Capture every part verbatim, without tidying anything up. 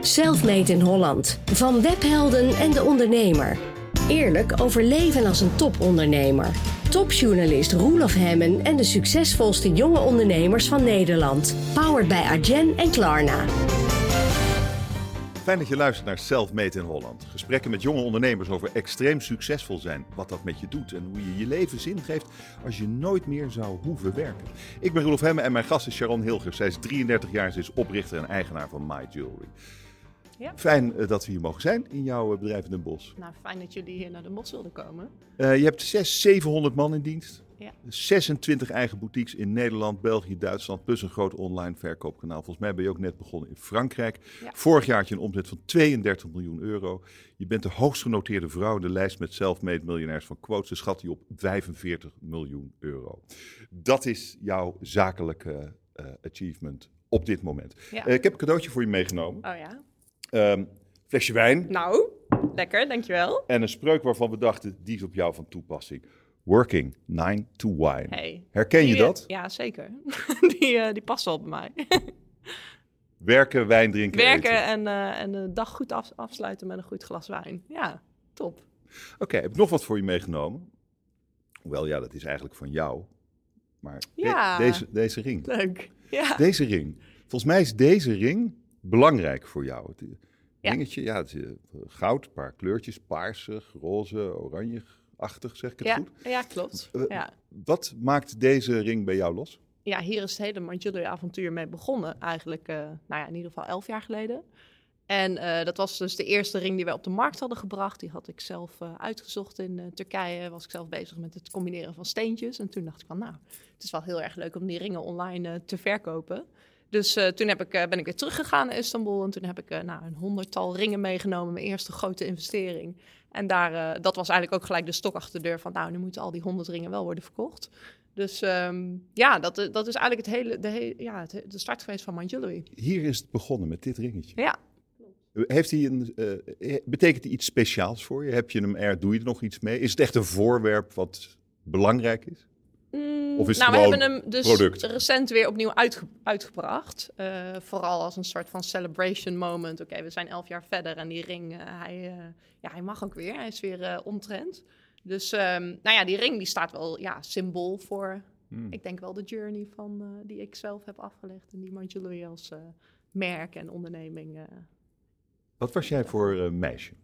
Selfmade in Holland. Van webhelden en de ondernemer. Eerlijk over leven als een topondernemer. Topjournalist Roelof Hemmen en de succesvolste jonge ondernemers van Nederland. Powered bij Adyen en Klarna. Fijn dat je luistert naar Selfmade in Holland. Gesprekken met jonge ondernemers over extreem succesvol zijn. Wat dat met je doet en hoe je je leven zin geeft als je nooit meer zou hoeven werken. Ik ben Roelof Hemmen en mijn gast is Sharon Hilgers. Zij is drieëndertig jaar, ze is oprichter en eigenaar van My Jewelry. Ja. Fijn uh, dat we hier mogen zijn in jouw uh, bedrijf in Den Bosch. Nou, fijn dat jullie hier naar Den Bosch wilden komen. Uh, je hebt zeshonderd, zevenhonderd man in dienst. Ja. zesentwintig eigen boutiques in Nederland, België, Duitsland. Plus een groot online verkoopkanaal. Volgens mij ben je ook net begonnen in Frankrijk. Ja. Vorig jaar had je een omzet van tweeëndertig miljoen euro. Je bent de hoogst genoteerde vrouw in de lijst met self-made miljonairs van Quotes. Ze schatten je op vijfenveertig miljoen euro. Dat is jouw zakelijke uh, achievement op dit moment. Ja. Uh, ik heb een cadeautje voor je meegenomen. Oh ja? Um, flesje wijn. Nou, lekker, dankjewel. En een spreuk waarvan we dachten, die is op jou van toepassing. Working nine to wine. Hey. Herken je die, dat? Ja, zeker. die, uh, die past wel bij mij. Werken, wijn drinken, Werken eten. en, uh, en de dag goed af, afsluiten met een goed glas wijn. Ja, top. Oké, okay, heb ik nog wat voor je meegenomen? Hoewel, ja, dat is eigenlijk van jou. Maar ja. de, deze, deze ring. Leuk. Ja. Deze ring. Volgens mij is deze ring belangrijk voor jou. Het ja. ringetje, ja, het is goud, een paar kleurtjes, paarsig, roze, oranje-achtig, zeg ik het ja. goed? Ja, klopt. Uh, ja. Wat maakt deze ring bij jou los? Ja, hier is het hele My Jewelry avontuur mee begonnen. Eigenlijk, uh, nou ja, in ieder geval elf jaar geleden. En uh, dat was dus de eerste ring die wij op de markt hadden gebracht. Die had ik zelf uh, uitgezocht in uh, Turkije. Was ik zelf bezig met het combineren van steentjes. En toen dacht ik van, nou, het is wel heel erg leuk om die ringen online uh, te verkopen. Dus uh, toen heb ik, uh, ben ik weer teruggegaan naar Istanbul. En toen heb ik uh, nou, een honderdtal ringen meegenomen. Mijn eerste grote investering. En daar, uh, dat was eigenlijk ook gelijk de stok achter de deur van, nou, nu moeten al die honderd ringen wel worden verkocht. Dus um, ja, dat, dat is eigenlijk het hele, de, he, ja, het, de start geweest van My Jewelry. Hier is het begonnen met dit ringetje. Ja. Heeft hij een, uh, betekent hij iets speciaals voor je? Heb je hem er, doe je er nog iets mee? Is het echt een voorwerp wat belangrijk is? Mm, of is nou, het we gewoon hebben hem dus product? recent weer opnieuw uitge- uitgebracht. Uh, vooral als een soort van celebration moment. Oké, okay, we zijn elf jaar verder en die ring, uh, hij, uh, ja, hij mag ook weer. Hij is weer uh, omtrent. Dus um, nou ja, die ring die staat wel ja, symbool voor, hmm. ik denk wel de journey van uh, die ik zelf heb afgelegd. En die My Jewelry als uh, merk en onderneming. Uh, Wat was jij voor uh, meisje?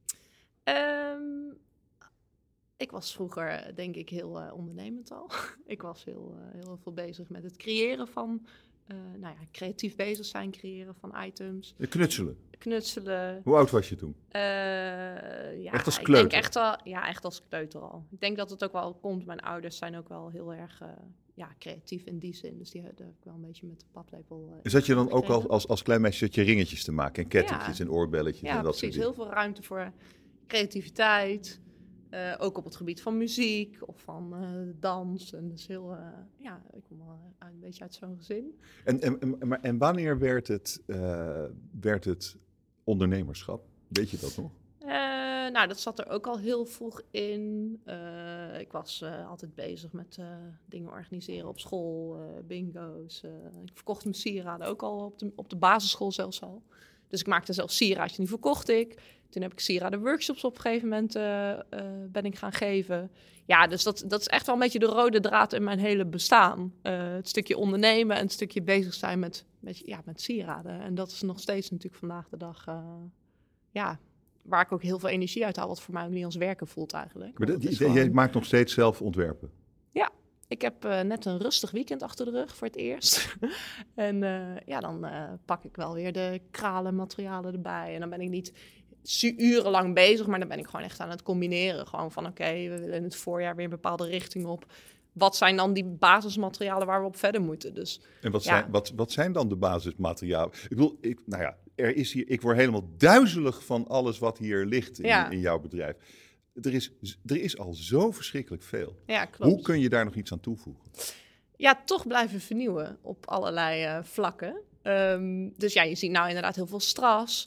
Um, ik was vroeger, denk ik, heel uh, ondernemend al. ik was heel, uh, heel veel bezig met het creëren van, uh, nou ja, creatief bezig zijn, creëren van items. De knutselen? Knutselen. Hoe oud was je toen? Uh, ja, echt als kleuter? Ik denk echt al, ja, echt als kleuter al. Ik denk dat het ook wel komt. Mijn ouders zijn ook wel heel erg uh, ja, creatief in die zin. Dus die heb ik wel een beetje met de paplepel. Uh, Is dat je dan ook al als, als klein meisje dat je ringetjes te maken en kettingjes ja. en oorbelletjes ja, en dat precies. soort dingen? Heel veel ruimte voor creativiteit. Uh, ook op het gebied van muziek of van uh, dans. En dus heel, uh, ja, ik kom wel uit, een beetje uit zo'n gezin. En, en, en, en wanneer werd het, uh, werd het ondernemerschap? Weet je dat nog? Uh, nou, dat zat er ook al heel vroeg in. Uh, ik was uh, altijd bezig met uh, dingen organiseren op school, uh, bingo's. Uh, ik verkocht mijn sieraden ook al op de, op de basisschool zelfs al. Dus ik maakte zelfs sieraadjes, die verkocht ik. Toen heb ik sieraden workshops op een gegeven moment uh, uh, ben ik gaan geven. Ja, dus dat, dat is echt wel een beetje de rode draad in mijn hele bestaan. Uh, het stukje ondernemen en het stukje bezig zijn met, met, ja, met sieraden. En dat is nog steeds natuurlijk vandaag de dag, uh, ja, waar ik ook heel veel energie uit haal. Wat voor mij ook niet als werken voelt eigenlijk. Maar dat, die, gewoon... jij maakt nog steeds zelf ontwerpen? Ja. Ik heb uh, net een rustig weekend achter de rug voor het eerst. en uh, ja, dan uh, pak ik wel weer de kralen, materialen erbij. En dan ben ik niet su- urenlang bezig, maar dan ben ik gewoon echt aan het combineren. Gewoon van oké, okay, we willen in het voorjaar weer een bepaalde richting op. Wat zijn dan die basismaterialen waar we op verder moeten? Dus, en wat, ja. zijn, wat, wat zijn dan de basismaterialen? Ik bedoel, ik, nou ja, er is hier, ik word helemaal duizelig van alles wat hier ligt in, ja. in jouw bedrijf. Er is, er is al zo verschrikkelijk veel. Ja, klopt. Hoe kun je daar nog iets aan toevoegen? Ja, toch blijven vernieuwen op allerlei uh, vlakken. Um, dus ja, je ziet nou inderdaad heel veel strass.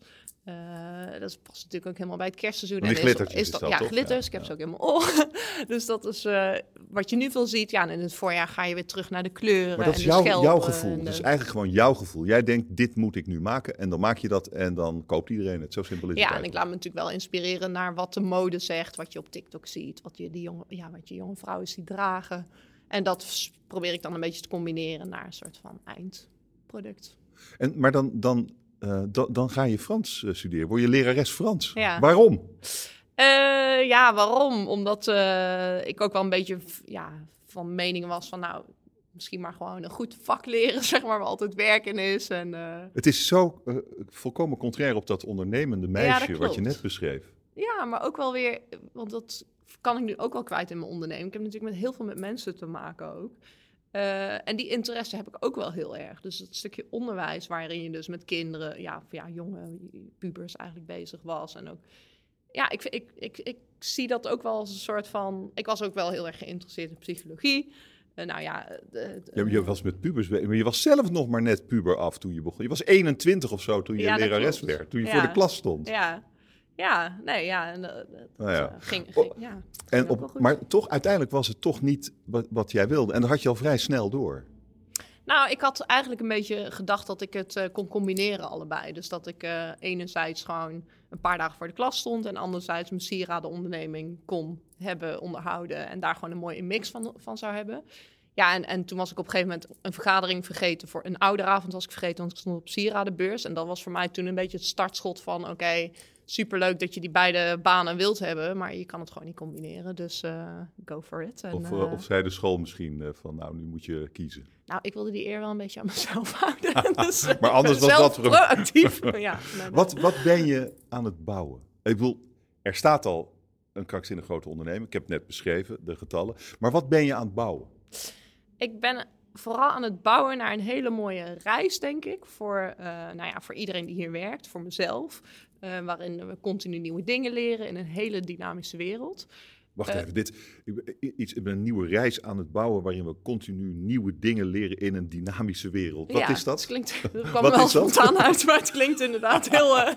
Uh, dat past natuurlijk ook helemaal bij het kerstseizoen. En die glittertjes is, is dat, Ja, toch? glitters. Ja, ik heb ja. ze ook helemaal op. Dus dat is uh, wat je nu veel ziet. Ja, en in het voorjaar ga je weer terug naar de kleuren. Maar dat en is de jouw, schelpen jouw gevoel. de... Dat is eigenlijk gewoon jouw gevoel. Jij denkt, dit moet ik nu maken. En dan maak je dat en dan koopt iedereen het. Zo simpel is ja, het. Ja, en ik laat me natuurlijk wel inspireren naar wat de mode zegt. Wat je op TikTok ziet. Wat je, die jonge, ja, wat je jonge vrouwen ziet dragen. En dat probeer ik dan een beetje te combineren naar een soort van eindproduct. En, maar dan... dan Uh, dan, dan ga je Frans uh, studeren. Word je lerares Frans. Ja. Waarom? Uh, ja, waarom? Omdat uh, ik ook wel een beetje ja, van mening was van... nou, misschien maar gewoon een goed vak leren, zeg maar, waar altijd werk in is. En, uh... Het is zo uh, volkomen contrair op dat ondernemende meisje ja, wat je net beschreef. Ja, maar ook wel weer... Want dat kan ik nu ook wel kwijt in mijn onderneming. Ik heb natuurlijk met heel veel met mensen te maken ook. Uh, en die interesse heb ik ook wel heel erg. Dus dat stukje onderwijs waarin je dus met kinderen, ja, ja jonge pubers eigenlijk bezig was. En ook, ja, ik, ik, ik, ik zie dat ook wel als een soort van... Ik was ook wel heel erg geïnteresseerd in psychologie. Uh, nou ja... De, de, ja je was met pubers, maar je was zelf nog maar net puber af toen je begon. Je was eenentwintig of zo toen je ja, lerares werd, toen je ja. voor de klas stond. Ja, ja, nee, ja. En, uh, dat nou ja. Uh, ging, ging, ja, en op, maar toch, uiteindelijk was het toch niet wat, wat jij wilde. En dat had je al vrij snel door. Nou, ik had eigenlijk een beetje gedacht dat ik het uh, kon combineren allebei. Dus dat ik uh, enerzijds gewoon een paar dagen voor de klas stond... en anderzijds mijn sieradenonderneming kon hebben, onderhouden... en daar gewoon een mooie mix van, van zou hebben. Ja, en, en toen was ik op een gegeven moment een vergadering vergeten... voor een ouderavond was ik vergeten, want ik stond op sieradenbeurs. En dat was voor mij toen een beetje het startschot van... oké, okay, superleuk dat je die beide banen wilt hebben... maar je kan het gewoon niet combineren, dus uh, go for it. En, of, uh, of zei de school misschien uh, van, nou, nu moet je kiezen. Nou, ik wilde die eer wel een beetje aan mezelf houden. Dus, maar anders was zelf dat... proactief. ja, nee, nee. Wat, wat ben je aan het bouwen? Ik bedoel, er staat al een krankzinnig grote onderneming. Ik heb het net beschreven, de getallen. Maar wat ben je aan het bouwen? Ik ben vooral aan het bouwen naar een hele mooie reis, denk ik. Voor, uh, nou ja, voor iedereen die hier werkt, voor mezelf. Uh, waarin we continu nieuwe dingen leren in een hele dynamische wereld. Wacht uh, even, dit, ik, iets, ik ben een nieuwe reis aan het bouwen... waarin we continu nieuwe dingen leren in een dynamische wereld. Wat ja, is dat? Het klinkt, dat kwam wel spontaan uit, maar het klinkt inderdaad heel... Uh,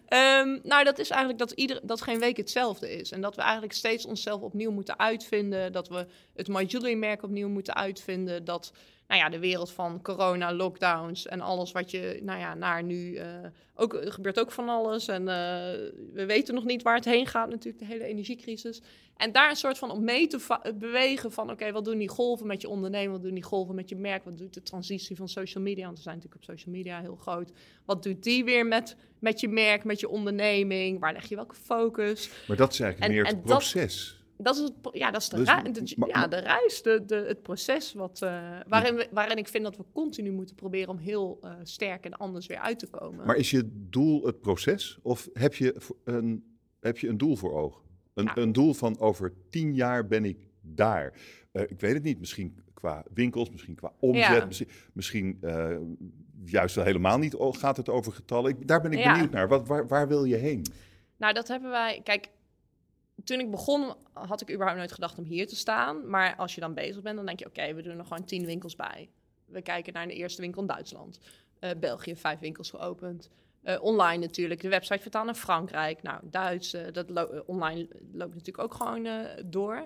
um, nou, dat is eigenlijk dat, ieder, dat geen week hetzelfde is. En dat we eigenlijk steeds onszelf opnieuw moeten uitvinden. Dat we het My Jewelry-merk opnieuw moeten uitvinden. Dat... Nou ja, de wereld van corona, lockdowns en alles wat je, nou ja, naar nu... Uh, ook, er gebeurt ook van alles en uh, we weten nog niet waar het heen gaat natuurlijk, de hele energiecrisis. En daar een soort van op mee te va- bewegen van, oké, okay, wat doen die golven met je ondernemen? Wat doen die golven met je merk? Wat doet de transitie van social media? Want we zijn natuurlijk op social media heel groot. Wat doet die weer met, met je merk, met je onderneming? Waar leg je welke focus? Maar dat is eigenlijk en, meer het proces. Dat, Dat is, het, ja, dat is de, dus, rei- de, maar, ja, de reis, de, de, het proces wat, uh, waarin, we, waarin ik vind dat we continu moeten proberen om heel uh, sterk en anders weer uit te komen. Maar is je doel het proces of heb je een, heb je een doel voor ogen? Een, ja. een doel van over tien jaar ben ik daar. Uh, ik weet het niet, misschien qua winkels, misschien qua omzet, ja. misschien, misschien uh, juist wel helemaal niet gaat het over getallen. Ik, daar ben ik ja. benieuwd naar. Wat, waar, waar wil je heen? Nou, dat hebben wij... Kijk, toen ik begon, had ik überhaupt nooit gedacht om hier te staan. Maar als je dan bezig bent, dan denk je... oké, okay, we doen er gewoon tien winkels bij. We kijken naar de eerste winkel in Duitsland. Uh, België, vijf winkels geopend. Uh, online natuurlijk, de website vertaald naar Frankrijk. Nou, Duits, uh, dat lo- uh, online loopt natuurlijk ook gewoon uh, door.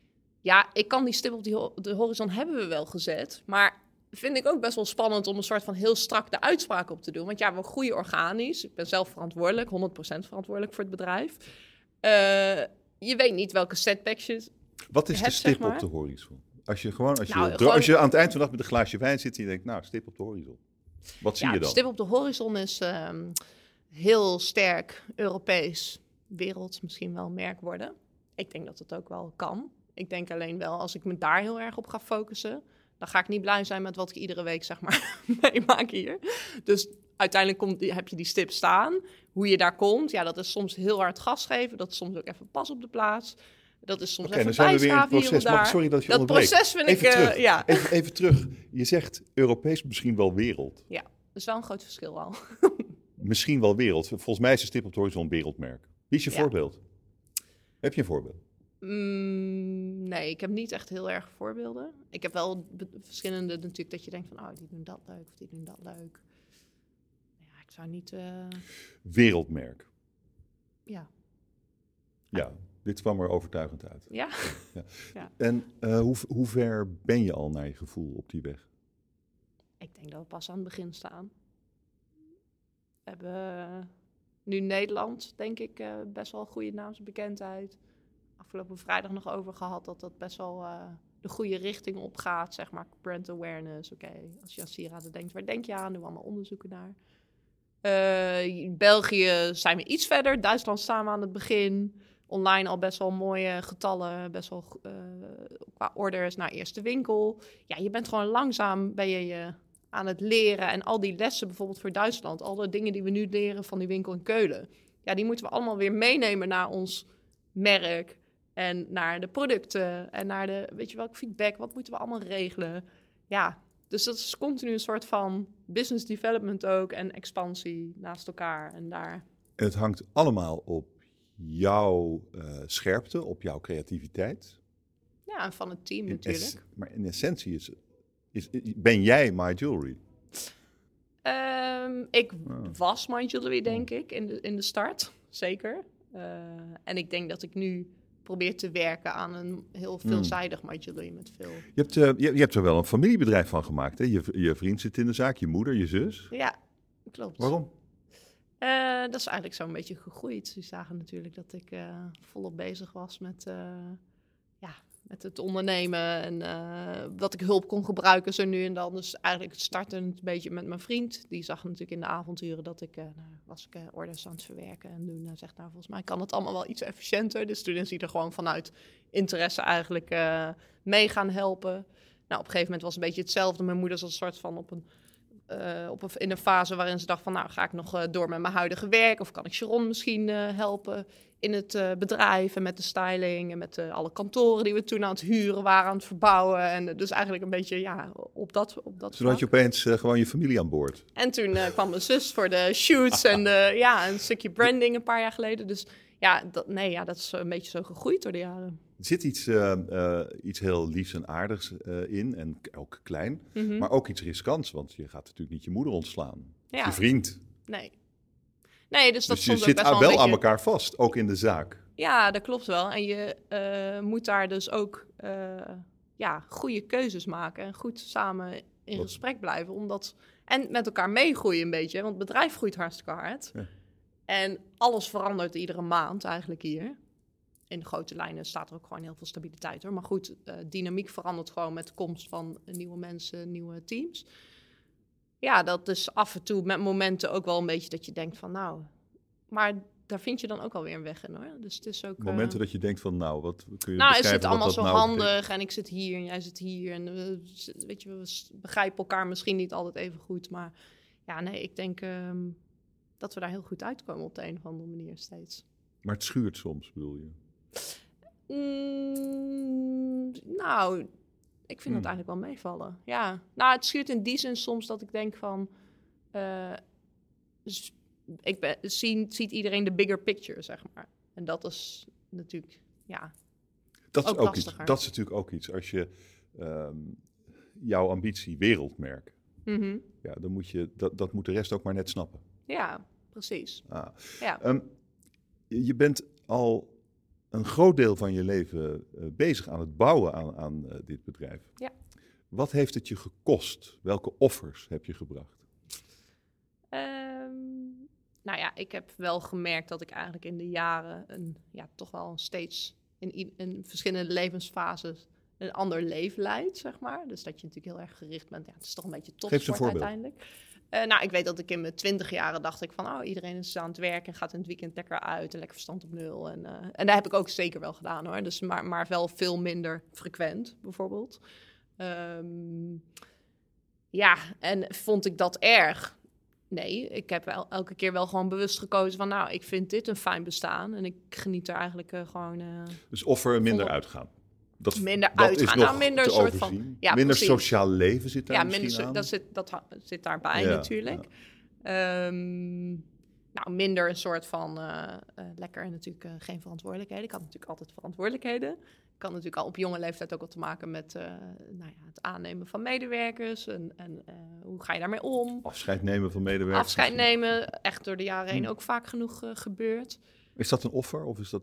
Ja, ik kan die stip op die ho- de horizon hebben we wel gezet. Maar vind ik ook best wel spannend om een soort van heel strak de uitspraak op te doen. Want ja, we groeien organisch. Ik ben zelf verantwoordelijk, honderd procent verantwoordelijk voor het bedrijf. Uh, je weet niet welke setbacks je Wat is hebt, de stip zeg maar. op de horizon? Als je gewoon, als je, nou, dro- gewoon... als je aan het eind van de dag met een glaasje wijn zit en je denkt, nou, stip op de horizon. Wat zie ja, je dan? De stip op de horizon is um, heel sterk Europees, wereld misschien wel merk worden. Ik denk dat het ook wel kan. Ik denk alleen wel, als ik me daar heel erg op ga focussen, dan ga ik niet blij zijn met wat ik iedere week, zeg maar, meemaak hier. Dus uiteindelijk komt, heb je die stip staan. Hoe je daar komt, ja, dat is soms heel hard gas geven. Dat is soms ook even pas op de plaats. Dat is soms okay, even dan zijn we weer in het bijschaven proces. hier of Mag, daar. sorry dat je dat onderbreekt. proces vind even ik... Terug. Uh, ja. even, even terug. Je zegt Europees, misschien wel wereld. Ja, dat is wel een groot verschil al. Misschien wel wereld. Volgens mij is de stip op de horizon een wereldmerk. Wie is je ja. voorbeeld? Heb je een voorbeeld? Mm, nee, ik heb niet echt heel erg voorbeelden. Ik heb wel be- verschillende natuurlijk dat je denkt van... oh, die doen dat leuk of die doen dat leuk. Ja, ik ik zou niet... Uh... Wereldmerk. Ja. Ja, dit kwam er overtuigend uit. Ja. ja. ja. En uh, hoe, hoe ver ben je al naar je gevoel op die weg? Ik denk dat we pas aan het begin staan. We hebben uh, nu Nederland, denk ik, uh, best wel een goede naamsbekendheid. Afgelopen vrijdag nog over gehad dat dat best wel uh, de goede richting op gaat, zeg maar. Brand awareness, oké. Okay. Als je aan sieraden denkt, waar denk je aan? Doen we allemaal onderzoeken naar. Uh, in België zijn we iets verder. Duitsland staan we aan het begin. Online al best wel mooie getallen, best wel uh, qua orders naar eerste winkel. Ja, je bent gewoon langzaam ben je, je aan het leren. En al die lessen bijvoorbeeld voor Duitsland, al de dingen die we nu leren van die winkel in Keulen. Ja, die moeten we allemaal weer meenemen naar ons merk en naar de producten en naar de, weet je welk feedback, wat moeten we allemaal regelen. Ja, dus dat is continu een soort van business development ook en expansie naast elkaar en daar. Het hangt allemaal op jouw uh, scherpte, op jouw creativiteit. Ja, en van het team in natuurlijk. Es- maar in essentie is, is, ben jij My Jewelry? Um, ik oh. was My Jewelry, denk ik, in de, in de start. Zeker. Uh, en ik denk dat ik nu probeer te werken aan een heel veelzijdig My Jewelry met veel... Je hebt, uh, je, je hebt er wel een familiebedrijf van gemaakt, hè? Je, je vriend zit in de zaak, je moeder, je zus. Ja, klopt. Waarom? Uh, dat is eigenlijk zo'n beetje gegroeid. Ze zagen natuurlijk dat ik uh, volop bezig was met, uh, ja, met het ondernemen en uh, dat ik hulp kon gebruiken zo nu en dan. Dus eigenlijk startte het een beetje met mijn vriend. Die zag natuurlijk in de avonturen dat ik, uh, nou, was ik uh, orders aan het verwerken en doen. En zegt, nou, volgens mij kan het allemaal wel iets efficiënter. Dus toen is hij er gewoon vanuit interesse eigenlijk uh, mee gaan helpen. Nou, op een gegeven moment was het een beetje hetzelfde. Mijn moeder zat een soort van op een Uh, op een, in een fase waarin ze dacht van, nou, ga ik nog uh, door met mijn huidige werk? Of kan ik Sharon misschien uh, helpen in het uh, bedrijf en met de styling en met uh, alle kantoren die we toen aan het huren waren, aan het verbouwen. En uh, dus eigenlijk een beetje, ja, op dat op dat Zodat je opeens uh, gewoon je familie aan boord. En toen uh, kwam mijn zus voor de shoots en uh, ja, een stukje branding een paar jaar geleden. Dus ja, dat, nee, ja, dat is een beetje zo gegroeid door de jaren. Er zit iets, uh, uh, iets heel liefs en aardigs uh, in, en ook klein, Mm-hmm. maar ook iets riskants, want je gaat natuurlijk niet je moeder ontslaan. Ja. Je vriend. Nee. Nee, dus dat Dus je soms ook zit best wel, wel een wel aan beetje... elkaar vast, ook in de zaak. Ja, dat klopt wel. En je uh, moet daar dus ook uh, ja, goede keuzes maken en goed samen in Wat? gesprek blijven. Omdat... En met elkaar meegroeien een beetje, want het bedrijf groeit hartstikke hard. Ja. En alles verandert iedere maand eigenlijk hier. In de grote lijnen staat er ook gewoon heel veel stabiliteit hoor. Maar goed, uh, dynamiek verandert gewoon met de komst van nieuwe mensen, nieuwe teams. Ja, dat is af en toe met momenten ook wel een beetje dat je denkt van nou... Maar daar vind je dan ook alweer een weg in hoor. Dus het is ook... Momenten uh, dat je denkt van nou, wat kun je nou, is beschrijven het allemaal wat zo dat nou handig betekent? en ik zit hier en jij zit hier. En we, weet je, we begrijpen elkaar misschien niet altijd even goed. Maar ja, nee, ik denk um, dat we daar heel goed uitkomen op de een of andere manier steeds. Maar het schuurt soms, bedoel je? Mm, nou, ik vind Hmm. het eigenlijk wel meevallen. Ja, nou, het schuurt in die zin soms dat ik denk van... Uh, s- ik ben, zien, ziet iedereen de bigger picture, zeg maar. En dat is natuurlijk, ja... Dat is Ook ook, iets. lastiger. Dat is natuurlijk ook iets. Als je um, jouw ambitie wereldmerk, Mm-hmm. ja, dan moet je dat, dat moet de rest ook maar net snappen. Ja, precies. Ah. Ja. Um, je je bent al een groot deel van je leven uh, bezig aan het bouwen aan, aan uh, dit bedrijf. Ja. Wat heeft het je gekost? Welke offers heb je gebracht? Um, nou ja, ik heb wel gemerkt dat ik eigenlijk in de jaren een, ja, toch wel steeds in, i- in verschillende levensfases een ander leven leidt, zeg maar. Dus dat je natuurlijk heel erg gericht bent. Ja, het is toch een beetje Geef eens een topsport voorbeeld. uiteindelijk. Uh, nou, ik weet dat ik in mijn twintig jaren dacht ik van... oh, iedereen is aan het werk en gaat in het weekend lekker uit... en lekker verstand op nul. En, uh, en dat heb ik ook zeker wel gedaan, hoor. Dus maar, maar wel veel minder frequent, bijvoorbeeld. Um, ja, en vond ik dat erg? Nee, ik heb wel elke keer wel gewoon bewust gekozen van... nou, ik vind dit een fijn bestaan en ik geniet er eigenlijk uh, gewoon... Uh, Dus offer minder Volop. uitgaan. Dat, Minder dat uitgaan, is nog nou, minder te soort van- overzien. ja, minder precies. sociaal leven zit daar ja, misschien minder, aan. dat zit, dat ha- zit daarbij Ja, natuurlijk. Ja. Um, nou, minder een soort van uh, uh, lekker en natuurlijk uh, geen verantwoordelijkheden. Ik had natuurlijk altijd verantwoordelijkheden. Ik had natuurlijk al op jonge leeftijd ook al te maken met uh, nou ja, het aannemen van medewerkers. En, en uh, hoe ga je daarmee om? Afscheid nemen van medewerkers. Afscheid nemen, echt door de jaren heen hm. ook vaak genoeg uh, gebeurd. Is dat een offer of is dat...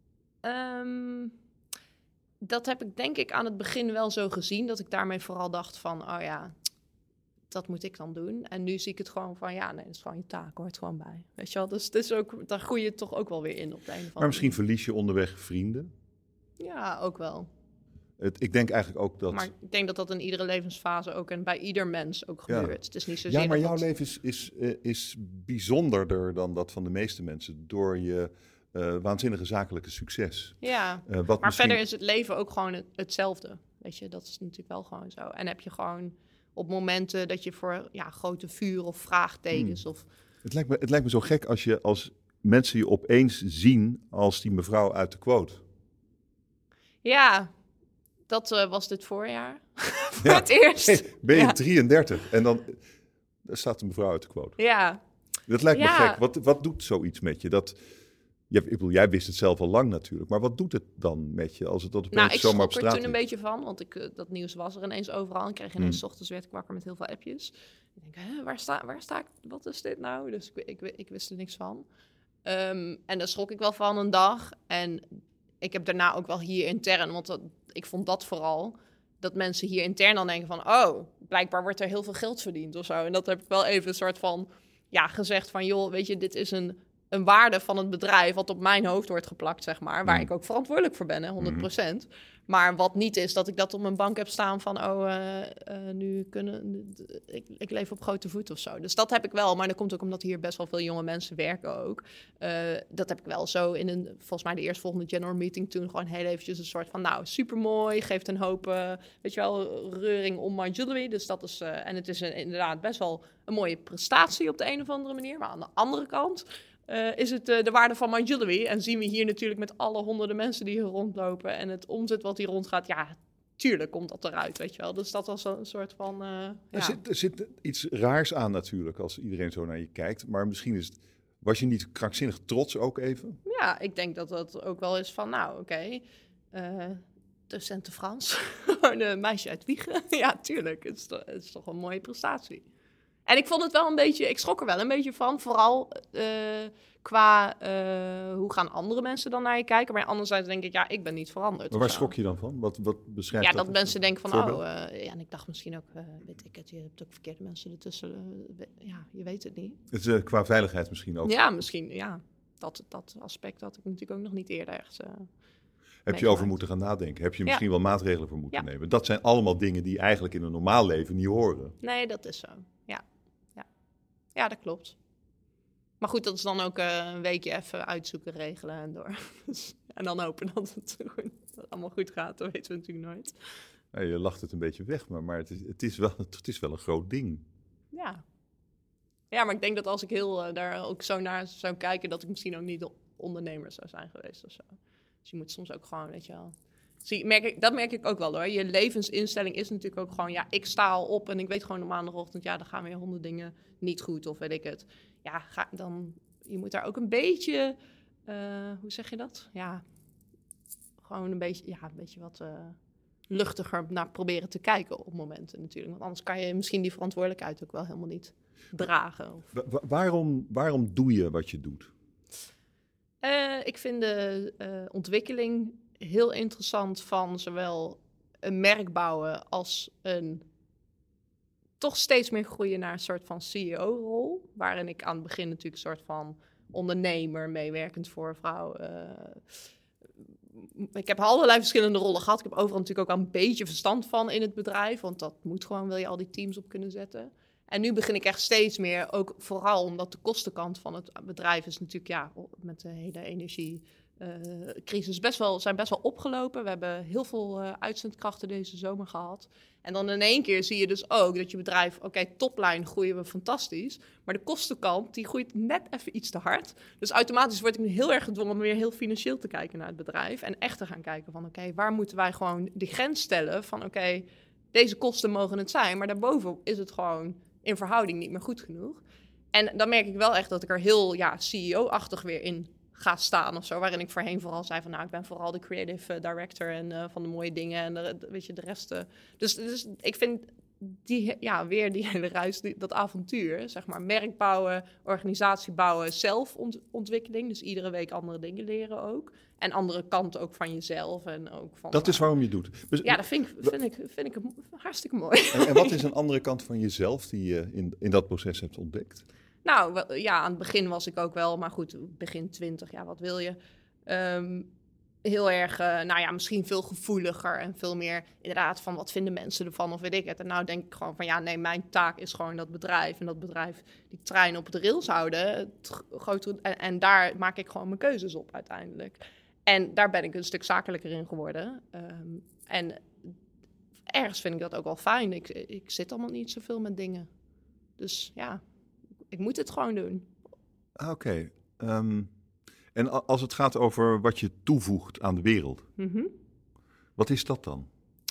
Um, dat heb ik denk ik aan het begin wel zo gezien. Dat ik daarmee vooral dacht van, oh ja, dat moet ik dan doen. En nu zie ik het gewoon van, ja, nee, dat is gewoon je taak, hoort gewoon bij. Weet je wel, dus het is ook, daar groei je toch ook wel weer in op de een of andere Maar misschien verlies je onderweg vrienden? Ja, ook wel. Het, ik denk eigenlijk ook dat... Maar ik denk dat dat in iedere levensfase ook en bij ieder mens ook gebeurt. Ja. Het is niet zozeer ja, maar dat jouw dat... leven is, is, uh, is bijzonderder dan dat van de meeste mensen door je uh, waanzinnige zakelijke succes. Ja, uh, wat maar misschien... verder is het leven ook gewoon het, hetzelfde. Weet je, dat is natuurlijk wel gewoon zo. En heb je gewoon op momenten dat je voor ja, grote vuur of vraagtekens hmm. of... Het lijkt me, het lijkt me zo gek als je als mensen je opeens zien als die mevrouw uit de quote. Ja, dat uh, was dit voorjaar. Voor ja. het eerst. Hey, ben je ja. drieëndertig en dan daar staat een mevrouw uit de quote. Ja. Dat lijkt me ja. gek. Wat, wat doet zoiets met je? Dat, ja, ik bedoel, jij wist het zelf al lang natuurlijk. Maar wat doet het dan met je als het tot opeens nou, zomaar op straat ik schrok er toen ligt? een beetje van. Want ik, uh, dat nieuws was er ineens overal. Ik kreeg ineens hmm. 's ochtends werd ik wakker met heel veel appjes. Ik denk, hè, waar, sta, waar sta ik? Wat is dit nou? Dus ik, ik, ik, ik wist er niks van. Um, en daar schrok ik wel van een dag. En ik heb daarna ook wel hier intern, want dat, ik vond dat vooral, dat mensen hier intern dan denken van, oh, blijkbaar wordt er heel veel geld verdiend of zo. En dat heb ik wel even een soort van, ja, gezegd van, joh, weet je, dit is een, een waarde van het bedrijf wat op mijn hoofd wordt geplakt, zeg maar, waar mm. ik ook verantwoordelijk voor ben, hè, honderd procent. Mm. Maar wat niet is, dat ik dat op mijn bank heb staan van, oh, uh, uh, nu kunnen, uh, ik, ik leef op grote voet of zo. Dus dat heb ik wel, maar dat komt ook omdat hier best wel veel jonge mensen werken ook. Uh, dat heb ik wel zo in een, volgens mij de eerstvolgende general meeting toen, gewoon heel eventjes een soort van, nou, supermooi, geeft een hoop, uh, weet je wel, reuring om My Jewelry. Dus dat is, uh, en het is een, inderdaad best wel een mooie prestatie op de een of andere manier. Maar aan de andere kant... Uh, is het uh, de waarde van My Jewelry. En zien we hier natuurlijk met alle honderden mensen die hier rondlopen en het omzet wat hier rondgaat. Ja, tuurlijk komt dat eruit, weet je wel. Dus dat was een soort van... Uh, er, ja. zit, er zit iets raars aan natuurlijk als iedereen zo naar je kijkt. Maar misschien is het... Was je niet krankzinnig trots ook even? Ja, ik denk dat dat ook wel is van, nou, oké... Okay, uh, docente Frans, een meisje uit Wiegen. Ja, tuurlijk, het is, to- het is toch een mooie prestatie. En ik vond het wel een beetje, ik schrok er wel een beetje van, vooral uh, qua uh, hoe gaan andere mensen dan naar je kijken. Maar anderzijds denk ik, ja, ik ben niet veranderd. Maar waar schrok je dan van? Wat, wat beschrijft ja, dat? dat mensen denken van, voorbeeld? oh, uh, ja, en ik dacht misschien ook, uh, weet ik het, je hebt ook verkeerde mensen ertussen. Uh, ja, je weet het niet. Het is uh, qua veiligheid misschien ook. Ja, misschien, ja. Dat, dat aspect had ik natuurlijk ook nog niet eerder ergens... Uh, Heb je over moeten gaan nadenken? Heb je misschien ja. wel maatregelen voor moeten ja. nemen? Dat zijn allemaal dingen die eigenlijk in een normaal leven niet horen. Nee, dat is zo. Ja, ja. ja dat klopt. Maar goed, dat is dan ook uh, een weekje even uitzoeken, regelen en door. En dan hopen dat het, goed, dat het allemaal goed gaat. Dat weten we natuurlijk nooit. Ja, je lacht het een beetje weg, maar, maar het, is, het, is wel, het is wel een groot ding. Ja. Ja, maar ik denk dat als ik heel uh, daar ook zo naar zou kijken, dat ik misschien ook niet ondernemer zou zijn geweest of zo. Dus je moet soms ook gewoon, weet je wel... Zie, merk ik, dat merk ik ook wel hoor. Je levensinstelling is natuurlijk ook gewoon... Ja, ik sta al op en ik weet gewoon op maandagochtend... Ja, dan gaan weer honderd dingen niet goed of weet ik het. Ja, ga, dan... Je moet daar ook een beetje... Uh, hoe zeg je dat? Ja, gewoon een beetje... Ja, een beetje wat uh, luchtiger naar proberen te kijken op momenten natuurlijk. Want anders kan je misschien die verantwoordelijkheid ook wel helemaal niet dragen. Of... Wa- waarom, waarom doe je wat je doet? Uh, ik vind de uh, ontwikkeling heel interessant van zowel een merk bouwen als een toch steeds meer groeien naar een soort van C E O-rol. Waarin ik aan het begin natuurlijk een soort van ondernemer, meewerkend voor vrouw. Uh, ik heb allerlei verschillende rollen gehad. Ik heb overal natuurlijk ook al een beetje verstand van in het bedrijf. Want dat moet gewoon, wil je al die teams op kunnen zetten. En nu begin ik echt steeds meer, ook vooral omdat de kostenkant van het bedrijf is natuurlijk, ja, met de hele energiecrisis uh, best wel, zijn best wel opgelopen. We hebben heel veel uh, uitzendkrachten deze zomer gehad. En dan in één keer zie je dus ook dat je bedrijf, oké, okay, toplijn groeien we fantastisch, maar de kostenkant, die groeit net even iets te hard. Dus automatisch word ik nu heel erg gedwongen om weer heel financieel te kijken naar het bedrijf en echt te gaan kijken van, oké, okay, waar moeten wij gewoon die grens stellen van, oké, okay, deze kosten mogen het zijn, maar daarboven is het gewoon in verhouding niet meer goed genoeg. en dan merk ik wel echt dat ik er heel ja, C E O-achtig weer in ga staan of zo. Waarin ik voorheen vooral zei van, nou, ik ben vooral de creative director en uh, van de mooie dingen en de, de, weet je, de rest. Uh, dus, dus ik vind die, ja, weer die hele reis, die, dat avontuur, zeg maar, merk bouwen, organisatie bouwen, zelfontwikkeling. Dus iedere week andere dingen leren ook. En andere kanten ook van jezelf. En ook van, dat is waarom je het doet. Dus, ja, dat vind ik, vind ik, vind ik hartstikke mooi. En, en wat is een andere kant van jezelf die je in, in dat proces hebt ontdekt? Nou, wel, ja, aan het begin was ik ook wel, maar goed, begin twintig, ja, wat wil je? Um, heel erg, uh, nou ja, misschien veel gevoeliger en veel meer inderdaad van wat vinden mensen ervan of weet ik het. En nou denk ik gewoon van ja, nee, mijn taak is gewoon dat bedrijf en dat bedrijf die trein op de rails houden. Het grote, en, en daar maak ik gewoon mijn keuzes op uiteindelijk. En daar ben ik een stuk zakelijker in geworden. Um, en ergens vind ik dat ook wel fijn. Ik, ik zit allemaal niet zoveel met dingen. Dus ja, ik moet het gewoon doen. Oké. Okay. Um, en als het gaat over wat je toevoegt aan de wereld, Mm-hmm. wat is dat dan?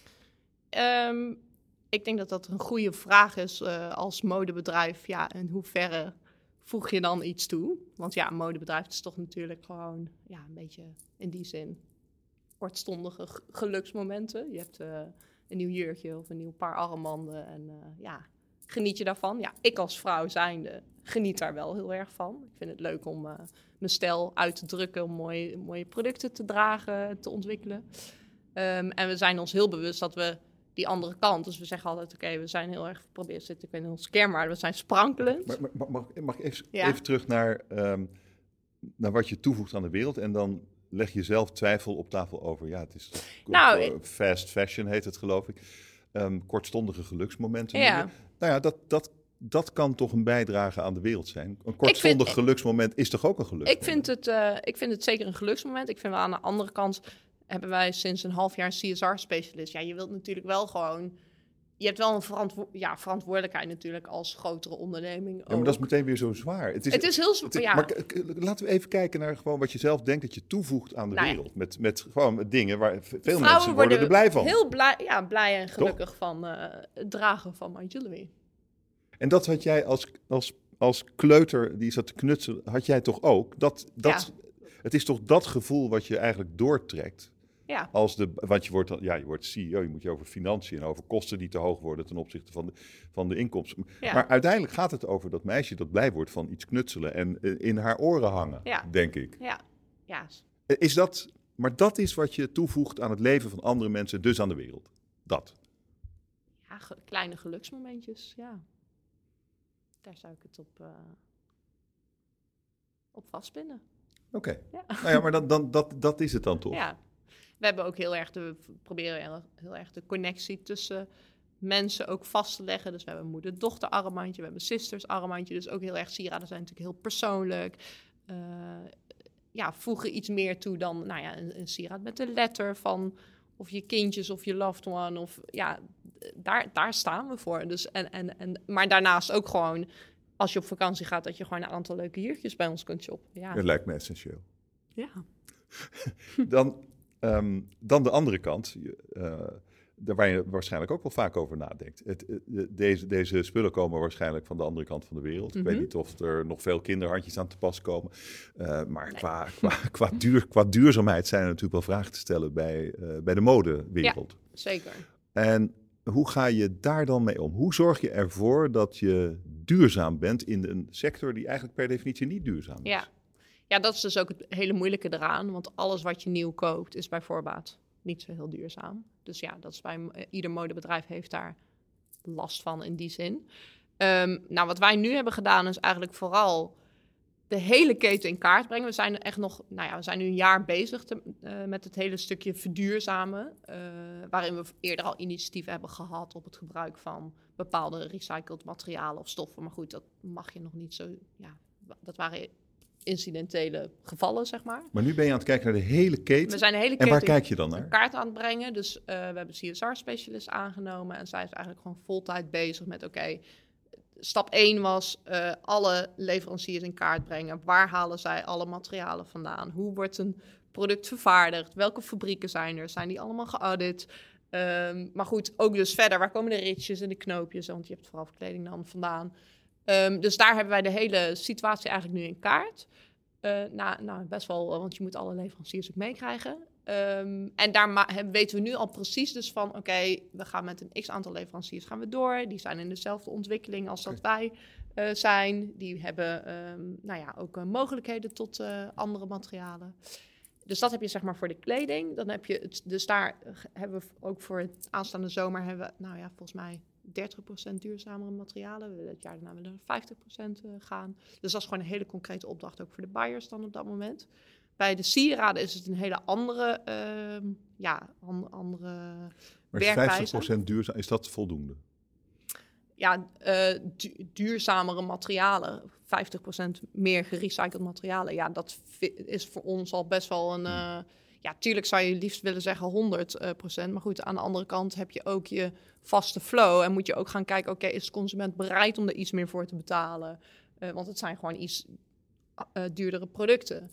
Um, ik denk dat dat een goede vraag is uh, als modebedrijf. Ja, in hoeverre voeg je dan iets toe? Want ja, een modebedrijf is toch natuurlijk gewoon ja, een beetje in die zin kortstondige g- geluksmomenten. Je hebt uh, een nieuw jurkje of een nieuw paar armbanden en uh, ja, geniet je daarvan? Ja, ik als vrouw zijnde geniet daar wel heel erg van. Ik vind het leuk om uh, mijn stijl uit te drukken, om mooie, mooie producten te dragen, te ontwikkelen. Um, en we zijn ons heel bewust dat we die andere kant, dus we zeggen altijd, oké, okay, we zijn heel erg, probeer te zitten in ons kernwaarden, we zijn sprankelend. Maar, maar, mag, mag ik even, ja. even terug naar, um, naar wat je toevoegt aan de wereld en dan leg je zelf twijfel op tafel over, ja, het is toch, nou, uh, fast fashion heet het geloof ik, um, kortstondige geluksmomenten. Ja. Nou ja, dat, dat, dat kan toch een bijdrage aan de wereld zijn. Een kortstondig vind, geluksmoment is toch ook een geluksmoment? Ik vind het, uh, ik vind het zeker een geluksmoment. Ik vind wel aan de andere kant hebben wij sinds een half jaar een C S R-specialist. Ja, je wilt natuurlijk wel gewoon, je hebt wel een verantwo- ja, verantwoordelijkheid natuurlijk als grotere onderneming ook. Ja, maar dat is meteen weer zo zwaar. Het is, het is heel zwaar, ja. Maar k- k- laten we even kijken naar gewoon wat je zelf denkt dat je toevoegt aan de nou, wereld. Met, met gewoon met dingen waar veel Vrouwen mensen worden er blij van. Heel blij, ja, blij en gelukkig Toch? van uh, het dragen van My Jewelry. En dat had jij als, als, als kleuter die zat te knutselen, had jij toch ook? Dat, dat, ja. Het is toch dat gevoel wat je eigenlijk doortrekt. Ja. Als de, want je wordt, ja, je wordt C E O, je moet je over financiën en over kosten die te hoog worden ten opzichte van de, van de inkomsten. Ja. Maar uiteindelijk gaat het over dat meisje dat blij wordt van iets knutselen en uh, in haar oren hangen, ja. denk ik. Ja. Ja. Is dat, maar dat is wat je toevoegt aan het leven van andere mensen, dus aan de wereld. Dat. Ja, ge- kleine geluksmomentjes, ja. Daar zou ik het op, uh, op vastpinnen. Oké. Okay. Ja. Nou ja, maar dan, dan, dat, dat is het dan toch? Ja. We hebben ook heel erg de, we proberen heel erg de connectie tussen mensen ook vast te leggen. Dus we hebben een moeder-dochter armbandje, we hebben een sisters armbandje. Dus ook heel erg sieraden zijn natuurlijk heel persoonlijk. Uh, ja, voegen iets meer toe dan nou ja, een, een sieraad met de letter van of je kindjes of je loved one. Of, ja, daar, daar staan we voor. Dus, en, en, en, maar daarnaast ook gewoon, als je op vakantie gaat, dat je gewoon een aantal leuke jurkjes bij ons kunt shoppen. Ja. Dat lijkt me essentieel. Ja. dan, um, dan de andere kant, uh, waar je waarschijnlijk ook wel vaak over nadenkt. Het, uh, deze, deze spullen komen waarschijnlijk van de andere kant van de wereld. Mm-hmm. Ik weet niet of er nog veel kinderhandjes aan te pas komen. Uh, maar nee. qua, qua, qua, duur, qua duurzaamheid zijn er natuurlijk wel vragen te stellen bij, uh, bij de modewereld. Ja, zeker. En hoe ga je daar dan mee om? Hoe zorg je ervoor dat je duurzaam bent in een sector die eigenlijk per definitie niet duurzaam is? Ja, ja dat is dus ook het hele moeilijke eraan. Want alles wat je nieuw koopt is bij voorbaat niet zo heel duurzaam. Dus ja, dat is bij ieder modebedrijf heeft daar last van in die zin. Um, nou, wat wij nu hebben gedaan is eigenlijk vooral de hele keten in kaart brengen. We zijn echt nog, nou ja, we zijn nu een jaar bezig te, uh, met het hele stukje verduurzamen. Uh, waarin we eerder al initiatieven hebben gehad op het gebruik van bepaalde recycled materialen of stoffen. Maar goed, dat mag je nog niet zo, ja, dat waren incidentele gevallen, zeg maar. Maar nu ben je aan het kijken naar de hele keten. We zijn de hele keten en waar kijk je dan naar? In kaart aan het brengen. Dus uh, we hebben een C S R-specialist aangenomen en zij is eigenlijk gewoon voltijd bezig met, oké, okay, stap één was uh, alle leveranciers in kaart brengen. Waar halen zij alle materialen vandaan? Hoe wordt een product vervaardigd? Welke fabrieken zijn er? Zijn die allemaal geaudit? Um, maar goed, ook dus verder. Waar komen de ritjes en de knoopjes? Want je hebt vooral kleding dan vandaan. Um, dus daar hebben wij de hele situatie eigenlijk nu in kaart. Uh, nou, nou, best wel, want je moet alle leveranciers ook meekrijgen. Um, en daar ma- weten we nu al precies dus van... oké, okay, we gaan met een x-aantal leveranciers gaan we door. Die zijn in dezelfde ontwikkeling als dat wij uh, zijn. Die hebben um, nou ja, ook uh, mogelijkheden tot uh, andere materialen. Dus dat heb je zeg maar voor de kleding. Dan heb je het, dus daar hebben we ook voor het aanstaande zomer... hebben we, nou ja, volgens mij dertig procent duurzamere materialen. We willen het jaar daarna naar vijftig procent gaan. Dus dat is gewoon een hele concrete opdracht ook voor de buyers dan op dat moment. Bij de sieraden is het een hele andere, uh, ja, an- andere maar werkwijze. vijftig procent duurzaam, is dat voldoende? Ja, uh, du- duurzamere materialen, vijftig procent meer gerecycled materialen. Ja, dat vi- is voor ons al best wel een... Uh, ja, tuurlijk zou je liefst willen zeggen honderd procent. Maar goed, aan de andere kant heb je ook je vaste flow. En moet je ook gaan kijken, oké, okay, is de consument bereid om er iets meer voor te betalen? Uh, want het zijn gewoon iets uh, duurdere producten.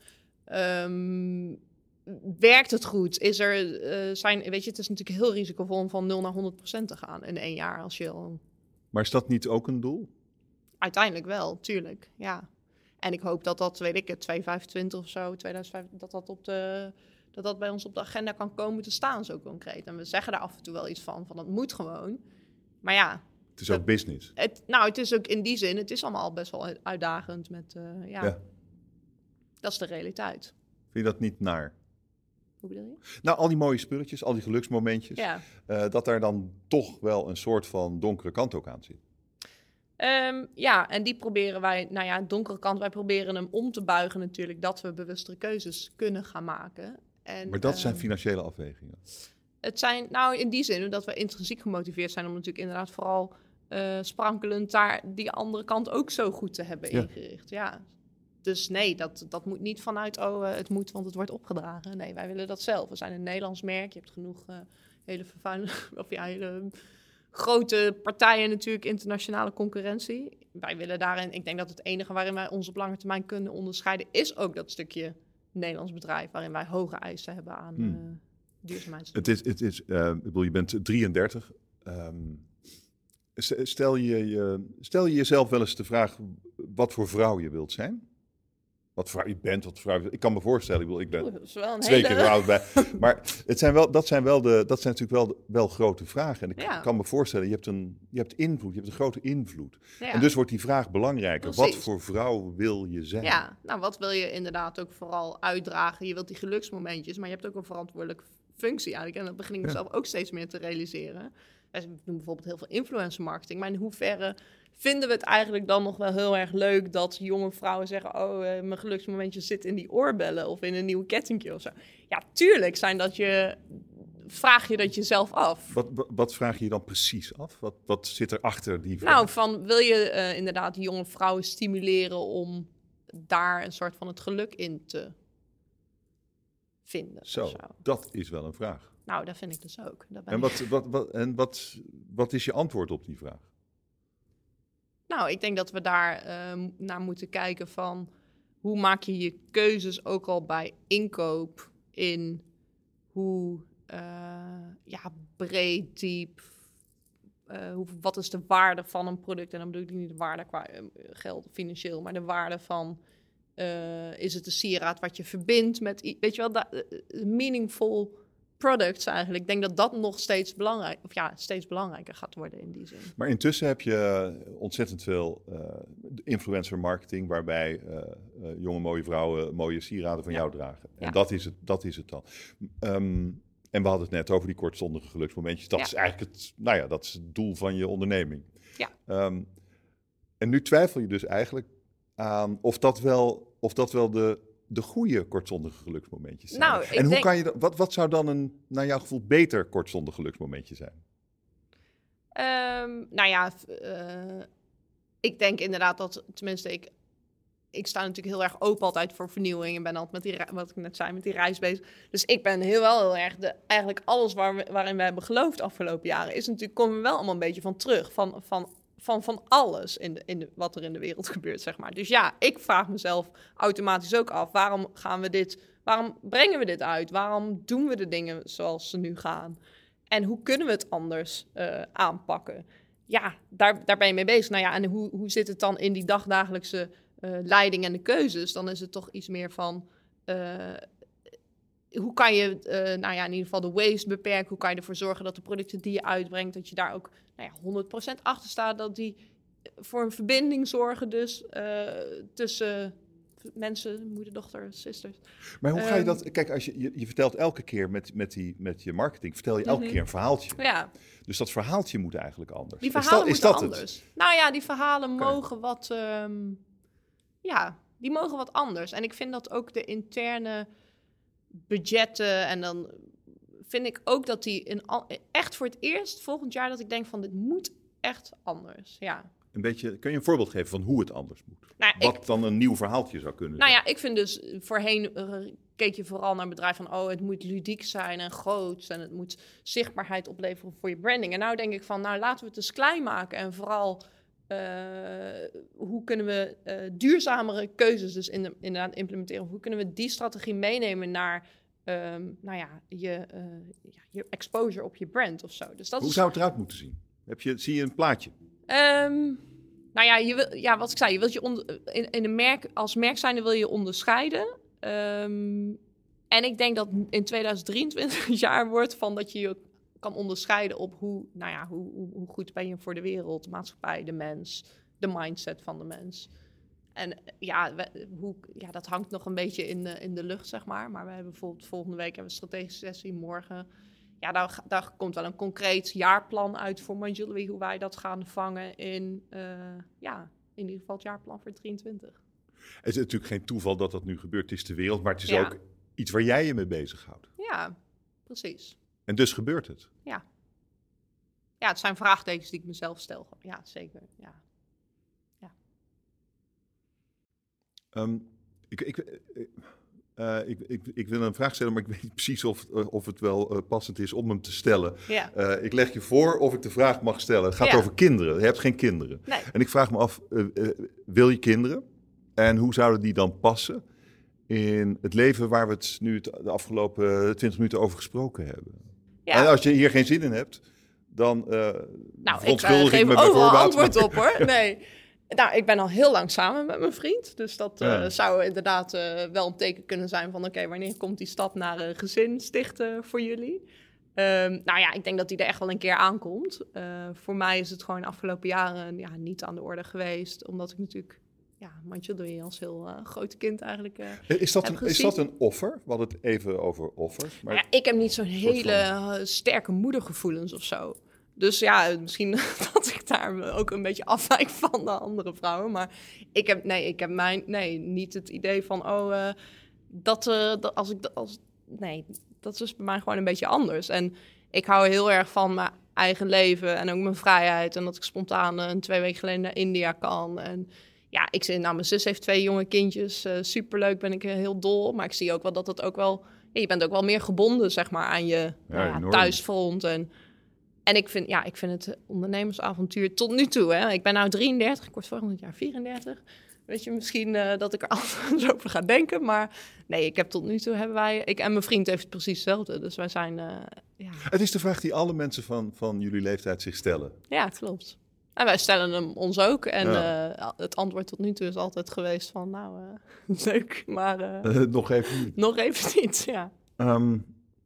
Um, werkt het goed? Is er, uh, zijn, weet je, het is natuurlijk heel risicovol om van nul naar honderd procent te gaan in één jaar. Als je al... Maar is dat niet ook een doel? Uiteindelijk wel, tuurlijk, ja. En ik hoop dat dat, weet ik het, tweeduizend vijfentwintig of zo, tweeduizend vijf, dat dat op de... dat dat bij ons op de agenda kan komen te staan, zo concreet. En we zeggen daar af en toe wel iets van, van dat moet gewoon. Maar ja... Het is ook business. Het, nou, het is ook in die zin, het is allemaal best wel uitdagend met, uh, ja, ja. Dat is de realiteit. Vind je dat niet naar? Hoe bedoel je? Nou, al die mooie spulletjes, al die geluksmomentjes, ja. uh, dat daar dan toch wel een soort van donkere kant ook aan zit. Um, ja, en die proberen wij, nou ja, donkere kant, wij proberen hem om te buigen natuurlijk, dat we bewustere keuzes kunnen gaan maken. En, maar dat uh, zijn financiële afwegingen? Het zijn, nou in die zin, dat we intrinsiek gemotiveerd zijn om natuurlijk inderdaad vooral uh, sprankelend daar die andere kant ook zo goed te hebben ja. ingericht. Ja. Dus nee, dat, dat moet niet vanuit, oh, uh, het moet, want het wordt opgedragen. Nee, wij willen dat zelf. We zijn een Nederlands merk. Je hebt genoeg uh, hele vervuilende, of ja, hele grote partijen natuurlijk, internationale concurrentie. Wij willen daarin, ik denk dat het enige waarin wij ons op lange termijn kunnen onderscheiden, is ook dat stukje Nederlands bedrijf, waarin wij hoge eisen hebben aan hmm. uh, duurzaamheid. Het is, het is uh, ik bedoel, je bent drieëndertig. Um, stel, je, je, stel je jezelf wel eens de vraag wat voor vrouw je wilt zijn? Wat vrouw je bent, wat vrouw je... Ik kan me voorstellen, ik bedoel, ik ben Oeh, twee hele... keer er oud bij. Maar het zijn wel, dat zijn wel de, dat zijn natuurlijk wel, wel grote vragen. En ik ja. kan me voorstellen, je hebt een, je hebt invloed, je hebt een grote invloed. Ja. En dus wordt die vraag belangrijker. Precies. Wat voor vrouw wil je zijn? Ja, nou wat wil je inderdaad ook vooral uitdragen? Je wilt die geluksmomentjes, maar je hebt ook een verantwoordelijke functie eigenlijk. En dat begin ik mezelf ja. ook steeds meer te realiseren. Wij doen bijvoorbeeld heel veel influencer marketing, maar in hoeverre vinden we het eigenlijk dan nog wel heel erg leuk dat jonge vrouwen zeggen, oh, uh, mijn geluksmomentje zit in die oorbellen of in een nieuw kettingje of zo. Ja, tuurlijk zijn dat je, vraag je dat jezelf af. Wat, wat, wat vraag je je dan precies af? Wat, wat zit er achter die vraag? Nou, van wil je uh, inderdaad die jonge vrouwen stimuleren om daar een soort van het geluk in te vinden? Zo, zo. Dat is wel een vraag. Nou, dat vind ik dus ook. Ben en wat, wat, wat, en wat, wat is je antwoord op die vraag? Nou, ik denk dat we daar uh, naar moeten kijken van hoe maak je je keuzes ook al bij inkoop in hoe uh, ja, breed, diep, uh, hoe, wat is de waarde van een product? En dan bedoel ik niet de waarde qua uh, geld financieel, maar de waarde van uh, is het een sieraad wat je verbindt met, weet je wel, da, uh, meaningful products eigenlijk. Ik denk dat dat nog steeds belangrijk, of ja, steeds belangrijker gaat worden in die zin. Maar intussen heb je ontzettend veel uh, influencer marketing, waarbij uh, uh, jonge mooie vrouwen mooie sieraden van ja. jou dragen. En ja. dat, is het, dat is het dan. Um, en we hadden het net over die kortstondige geluksmomentjes. Dat ja. is eigenlijk het, nou ja, dat is het doel van je onderneming. Ja. Um, en nu twijfel je dus eigenlijk aan of dat wel, of dat wel de de goede kortstondige geluksmomentjes zijn. Nou, en hoe denk... kan je dat, wat, wat zou dan een, naar jouw gevoel, beter kortstondig geluksmomentje zijn? Um, nou ja, uh, ik denk inderdaad dat, tenminste, ik, ik sta natuurlijk heel erg open altijd voor vernieuwing en ben altijd met die, wat ik net zei, met die reis bezig. Dus ik ben heel wel heel erg, de, eigenlijk alles waar we, waarin we hebben geloofd de afgelopen jaren, is natuurlijk, komen we wel allemaal een beetje van terug, van, van Van, van alles in de, in de, wat er in de wereld gebeurt, zeg maar. Dus ja, ik vraag mezelf automatisch ook af, waarom gaan we dit, waarom brengen we dit uit? Waarom doen we de dingen zoals ze nu gaan? En hoe kunnen we het anders uh, aanpakken? ja, daar, daar ben je mee bezig. Nou ja, en hoe, hoe zit het dan in die dagdagelijkse uh, leiding en de keuzes? Dan is het toch iets meer van... Uh, hoe kan je, uh, nou ja, in ieder geval de waste beperken? Hoe kan je ervoor zorgen dat de producten die je uitbrengt... dat je daar ook nou ja, honderd procent achter staat... dat die voor een verbinding zorgen dus uh, tussen... mensen, moeder, dochter, zusters. Maar hoe ga je um, dat... Kijk, als je, je, je vertelt elke keer met, met, die, met je marketing... vertel je elke mm-hmm. keer een verhaaltje. Ja. Dus dat verhaaltje moet eigenlijk anders. Die verhalen is dat, moeten is dat anders. Het? Nou ja, die verhalen okay. mogen wat... Um, ja, die mogen wat anders. En ik vind dat ook de interne budgetten... en dan vind ik ook dat die in al, echt voor het eerst volgend jaar... dat ik denk van, dit moet echt anders, ja. Een beetje, kun je een voorbeeld geven van hoe het anders moet? Nou, Wat ik, dan een nieuw verhaaltje zou kunnen nou zijn? Ja, ik vind dus voorheen uh, keek je vooral naar een bedrijf van... oh, het moet ludiek zijn en groots... en het moet zichtbaarheid opleveren voor je branding. En nou denk ik van, nou laten we het eens klein maken... en vooral, uh, hoe kunnen we uh, duurzamere keuzes dus in de, inderdaad implementeren? Hoe kunnen we die strategie meenemen naar... Um, nou ja, je, uh, ja, je exposure op je brand of zo. Dus dat hoe is... zou het eruit moeten zien? Heb je, zie je een plaatje? Um, nou ja, je wil, ja, wat ik zei, je wilt je onder, in, in een merk, als merk zijnde wil je onderscheiden. Um, en ik denk dat in tweeduizend drieëntwintig het jaar wordt van dat je je kan onderscheiden op hoe, nou ja, hoe, hoe, hoe goed ben je voor de wereld, de maatschappij, de mens, de mindset van de mens. En ja, we, hoe, ja, dat hangt nog een beetje in de, in de lucht, zeg maar. Maar we hebben bijvoorbeeld volgende week hebben we een strategische sessie, morgen... Ja, daar, daar komt wel een concreet jaarplan uit voor Montjoie, hoe wij dat gaan vangen in, uh, ja, in ieder geval het jaarplan voor drieëntwintig. Het is natuurlijk geen toeval dat dat nu gebeurt, het is de wereld, maar het is ja. ook iets waar jij je mee bezighoudt. Ja, precies. En dus gebeurt het. Ja. Ja, het zijn vraagtekens die ik mezelf stel. Ja, zeker, ja. ja. Um, ik... ik Uh, ik, ik, ik wil een vraag stellen, maar ik weet niet precies of, uh, of het wel uh, passend is om hem te stellen. Ja. Uh, ik leg je voor of ik de vraag mag stellen. Het gaat ja. over kinderen. Je hebt geen kinderen. Nee. En ik vraag me af, uh, uh, wil je kinderen? En hoe zouden die dan passen in het leven waar we het nu de afgelopen twintig minuten over gesproken hebben? Ja. En als je hier geen zin in hebt, dan uh, nou, ik uh, geef me overal antwoord op, hoor. Nee. Nou, ik ben al heel lang samen met mijn vriend. Dus dat uh, ja. zou inderdaad uh, wel een teken kunnen zijn van... oké, okay, wanneer komt die stap naar een gezin stichten voor jullie? Um, nou ja, ik denk dat die er echt wel een keer aankomt. Uh, voor mij is het gewoon de afgelopen jaren ja, niet aan de orde geweest. Omdat ik natuurlijk... Ja, Montjoie als heel uh, groot kind eigenlijk uh, is dat heb een, gezien. Is dat een offer? We hadden het even over offers. Maar ja, ik heb niet zo'n hele van... sterke moedergevoelens of zo. Dus ja, misschien dat ik daar ook een beetje afwijk van de andere vrouwen. Maar ik heb, nee, ik heb mijn, nee, niet het idee van, oh, uh, dat, uh, dat als ik, als, nee, dat is dus bij mij gewoon een beetje anders. En ik hou heel erg van mijn eigen leven en ook mijn vrijheid. En dat ik spontaan uh, een twee weken geleden naar India kan. En ja, ik zie, nou, mijn zus heeft twee jonge kindjes. Uh, superleuk, ben ik uh, heel dol. Maar ik zie ook wel dat het ook wel, ja, je bent ook wel meer gebonden, zeg maar, aan je ja, nou ja, thuisfront en... En ik vind, ja, ik vind het ondernemersavontuur tot nu toe, hè. Ik ben nu drieëndertig, ik word volgend jaar vierendertig. Weet je, misschien uh, dat ik er anders over ga denken. Maar nee, ik heb tot nu toe hebben wij... Ik en mijn vriend heeft het precies hetzelfde. Dus wij zijn... Uh, ja. Het is de vraag die alle mensen van, van jullie leeftijd zich stellen. Ja, klopt. En wij stellen hem ons ook. En ja. uh, het antwoord tot nu toe is altijd geweest van... Nou, uh, leuk, maar... Uh, uh, nog even niet. Nog even niet, ja. Um,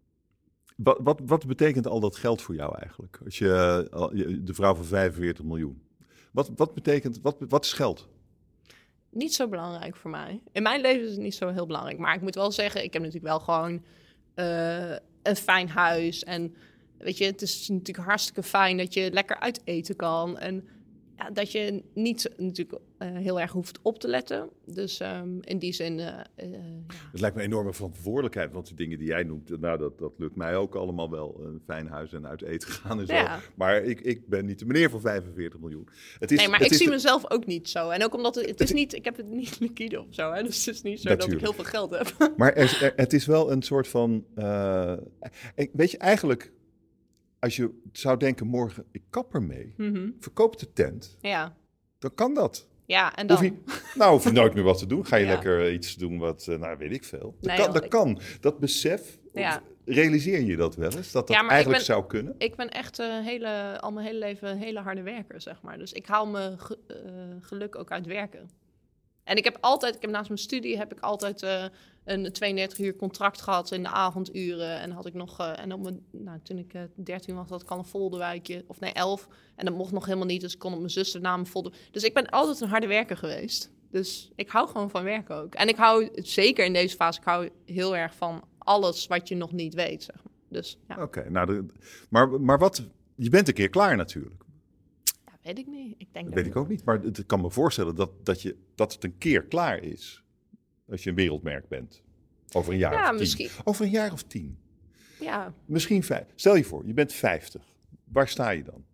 Wat, wat, wat betekent al dat geld voor jou eigenlijk? Als je de vrouw van vijfenveertig miljoen. Wat, wat betekent, wat, wat is geld? Niet zo belangrijk voor mij. In mijn leven is het niet zo heel belangrijk. Maar ik moet wel zeggen, ik heb natuurlijk wel gewoon uh, een fijn huis. En weet je, het is natuurlijk hartstikke fijn dat je lekker uit eten kan. En ja, dat je niet natuurlijk uh, heel erg hoeft op te letten. Dus um, in die zin... Uh, uh, ja. Het lijkt me een enorme verantwoordelijkheid. Want die dingen die jij noemt, nou, dat, dat lukt mij ook allemaal wel. Een fijn huis en uit eten gaan en zo. Ja. Maar ik, ik ben niet de meneer van vijfenveertig miljoen. Het is, nee, maar het ik is zie de... mezelf ook niet zo. En ook omdat het, het is niet... Ik heb het niet liquide of zo. Hè? Dus het is niet zo Natuurlijk. dat ik heel veel geld heb. Maar er, er, het is wel een soort van... Uh, weet je, eigenlijk... Als je zou denken, morgen, ik kap ermee, mm-hmm. verkoop de tent, ja. dan kan dat. Ja, en dan? Hoef je, nou, hoef je nooit meer wat te doen. Ga je ja. lekker iets doen wat, nou, weet ik veel. Dat, Nee, kan, dat ik... kan. Dat besef Ja. Realiseer je dat wel eens? Dat dat ja, eigenlijk ben, zou kunnen? Ik ben echt uh, hele, al mijn hele leven een hele harde werker, zeg maar. Dus ik haal mijn ge, uh, geluk ook uit werken. En ik heb altijd, ik heb naast mijn studie heb ik altijd uh, een tweeëndertig uur contract gehad in de avonduren. En had ik nog, uh, en op mijn, nou, toen ik uh, dertien was, had ik al een folderwijkje, of nee, elf. En dat mocht nog helemaal niet, dus ik kon op mijn zuster naam folder. Dus ik ben altijd een harde werker geweest. Dus ik hou gewoon van werken ook. En ik hou, zeker in deze fase, ik hou heel erg van alles wat je nog niet weet, zeg maar. Dus, ja. Oké, okay, nou, de, maar, maar wat, je bent een keer klaar natuurlijk. Ja, weet ik niet. Ik denk dat dat weet ik ook niet, maar het kan me voorstellen dat, dat, je, dat het een keer klaar is. Als je een wereldmerk bent. Over een jaar ja, of tien. Misschien. Over een jaar of tien. Ja. Misschien vijf. Stel je voor, je bent vijftig. Waar sta je dan?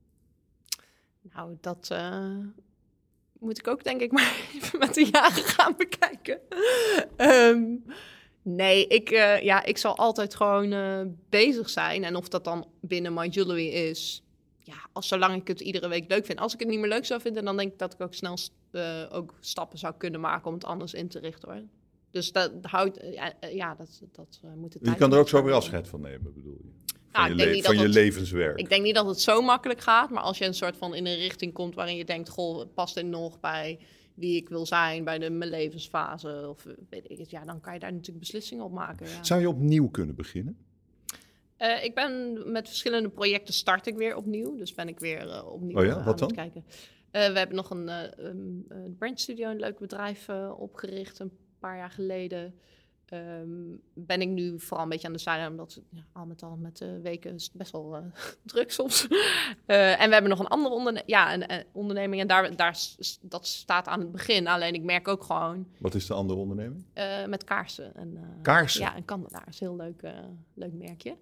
Nou, dat uh, moet ik ook denk ik maar even met de jaren gaan bekijken. um, nee, ik, uh, ja, ik zal altijd gewoon uh, bezig zijn. En of dat dan binnen My Jewelry is, ja, als zolang ik het iedere week leuk vind. Als ik het niet meer leuk zou vinden, dan denk ik dat ik ook snel uh, ook stappen zou kunnen maken om het anders in te richten, hoor. Dus dat houdt, ja, ja dat, dat uh, moet het. Je kan er ook zo weer afscheid van nemen, bedoel je? Van nou, je, ik denk le- niet van dat je het, levenswerk. Ik denk niet dat het zo makkelijk gaat, maar als je een soort van in een richting komt waarin je denkt, goh, past dit nog bij wie ik wil zijn, bij de, mijn levensfase, of weet ik het, ja, dan kan je daar natuurlijk beslissingen op maken. Ja. Zou je opnieuw kunnen beginnen? Uh, ik ben met verschillende projecten start ik weer opnieuw, dus ben ik weer uh, opnieuw oh ja? uh, Wat aan dan? het kijken. Uh, we hebben nog een, uh, um, een brandstudio, een leuk bedrijf uh, opgericht een paar jaar geleden. Um, ben ik nu vooral een beetje aan de zijde, omdat ja, al met al met de weken is het best wel uh, druk soms. uh, en we hebben nog een andere onderne- ja, een, een onderneming en daar, daar, dat staat aan het begin. Alleen ik merk ook gewoon... Wat is de andere onderneming? Uh, met kaarsen. En, uh, kaarsen? Ja, een kandelaars. Heel leuk, uh, leuk merkje.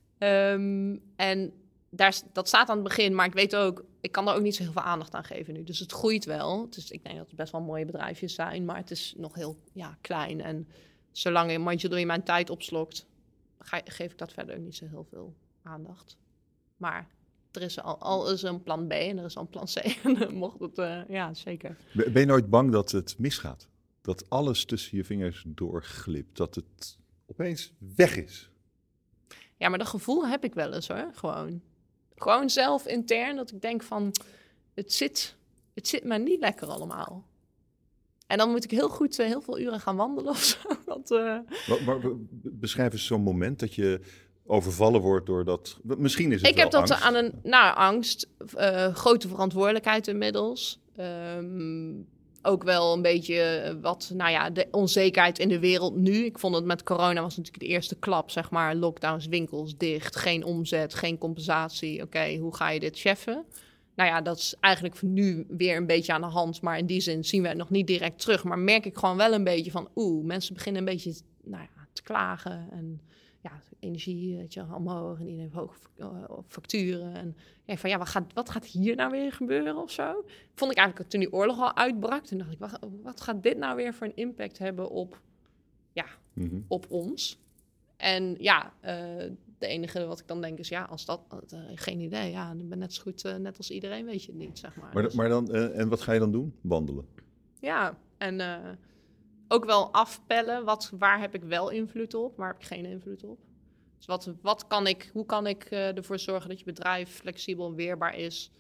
Um, en daar, dat staat aan het begin, maar ik weet ook, ik kan er ook niet zo heel veel aandacht aan geven nu. Dus het groeit wel. Dus ik denk dat het best wel mooie bedrijfjes zijn, maar het is nog heel ja, klein. En zolang My Jewelry mijn tijd opslokt, ga, geef ik dat verder niet zo heel veel aandacht. Maar er is al, al is een plan B en er is al een plan C. Mocht het, uh, ja, zeker. Ben je nooit bang dat het misgaat? Dat alles tussen je vingers doorglipt? Dat het opeens weg is? Ja, maar dat gevoel heb ik wel eens, hoor. Gewoon. Gewoon zelf intern, dat ik denk van, het zit, het zit me niet lekker allemaal. En dan moet ik heel goed uh, heel veel uren gaan wandelen of zo. Want, uh... maar, maar, beschrijf eens zo'n moment dat je overvallen wordt door dat... Misschien is het ik wel heb dat angst. aan een... Nou, angst. Uh, grote verantwoordelijkheid inmiddels. Um, ook wel een beetje wat... Nou ja, de onzekerheid in de wereld nu. Ik vond het met corona was natuurlijk de eerste klap, zeg maar. Lockdowns, winkels dicht, geen omzet, geen compensatie. Oké, okay, hoe ga je dit cheffen? Nou ja, dat is eigenlijk voor nu weer een beetje aan de hand. Maar in die zin zien we het nog niet direct terug. Maar merk ik gewoon wel een beetje van... Oeh, mensen beginnen een beetje nou ja, te klagen. En ja, energie, weet je, omhoog. En iedereen heeft hoge facturen. En ja, van ja, wat gaat, wat gaat hier nou weer gebeuren of zo? Vond ik eigenlijk toen die oorlog al uitbrak. Toen dacht ik, wat, wat gaat dit nou weer voor een impact hebben op, ja, mm-hmm. op ons? En ja... Uh, De enige wat ik dan denk is, ja, als dat... Uh, geen idee, ja, ik ben net zo goed, uh, net als iedereen, weet je het niet, zeg maar. Maar, dus, maar dan, uh, en wat ga je dan doen? Wandelen? Ja, en uh, ook wel afpellen, wat, waar heb ik wel invloed op, waar heb ik geen invloed op. Dus wat, wat kan ik, hoe kan ik uh, ervoor zorgen dat je bedrijf flexibel en weerbaar is?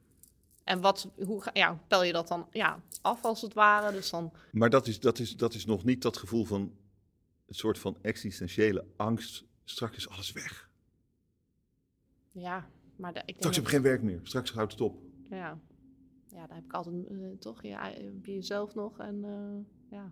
En wat, hoe ga, ja, pel je dat dan ja, af als het ware? Dus dan... Maar dat is, dat, is, dat is nog niet dat gevoel van een soort van existentiële angst... Straks is alles weg. Ja, maar... De, ik denk straks heb je geen werk meer. Straks houdt het op. Ja, ja daar heb ik altijd uh, toch ja, heb je jezelf nog. En uh, ja...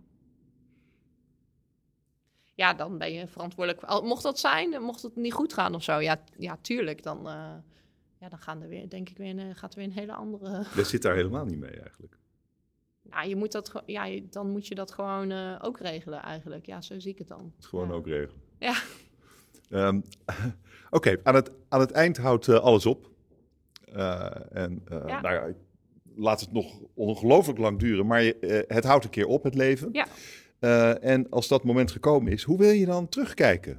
Ja, dan ben je verantwoordelijk. Mocht dat zijn, mocht het niet goed gaan of zo. Ja, ja tuurlijk. Dan, uh, ja, dan gaan er weer, denk ik, weer een, gaat er weer een hele andere... Je zit daar helemaal niet mee eigenlijk. Nou, je moet dat, ja, dan moet je dat gewoon uh, ook regelen eigenlijk. Ja, zo zie ik het dan. Gewoon ja. ook regelen. Ja. Um, Oké, okay, aan, het, aan het eind houdt uh, alles op. Uh, en uh, ja. nou ja, laat het nog ongelooflijk lang duren, maar je, uh, het houdt een keer op, het leven. Ja. Uh, en als dat moment gekomen is, hoe wil je dan terugkijken?